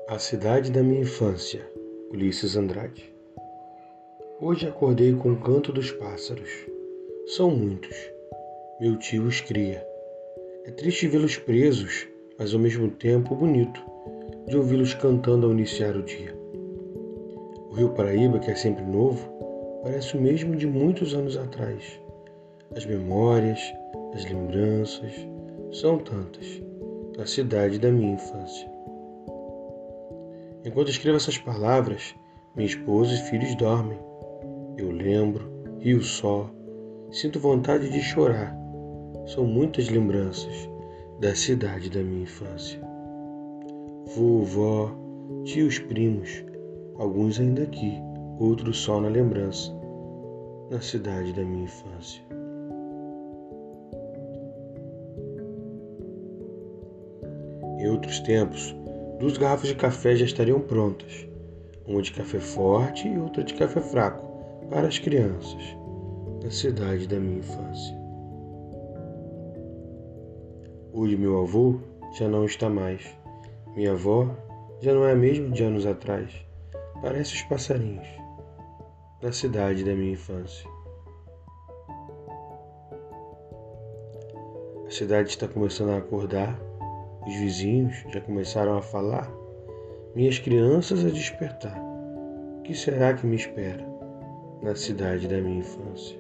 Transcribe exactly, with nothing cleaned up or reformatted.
A cidade da minha infância, Ulisses Andrade. Hoje acordei com o canto dos pássaros. São muitos. Meu tio os cria. É triste vê-los presos, mas ao mesmo tempo bonito de ouvi-los cantando ao iniciar o dia. O rio Paraíba, que é sempre novo, parece o mesmo de muitos anos atrás. As memórias, as lembranças, são tantas, da cidade da minha infância. Enquanto escrevo essas palavras, minha esposa e filhos dormem. Eu lembro, rio só, sinto vontade de chorar. São muitas lembranças da cidade da minha infância. Vovó, tios, primos, alguns ainda aqui, outros só na lembrança, na cidade da minha infância. Em outros tempos, duas garrafas de café já estariam prontas, uma de café forte e outra de café fraco, para as crianças, na cidade da minha infância. Hoje meu avô já não está mais, minha avó já não é a mesma de anos atrás, parece os passarinhos, na cidade da minha infância. A cidade está começando a acordar, os vizinhos já começaram a falar, minhas crianças a despertar. O que será que me espera na cidade da minha infância?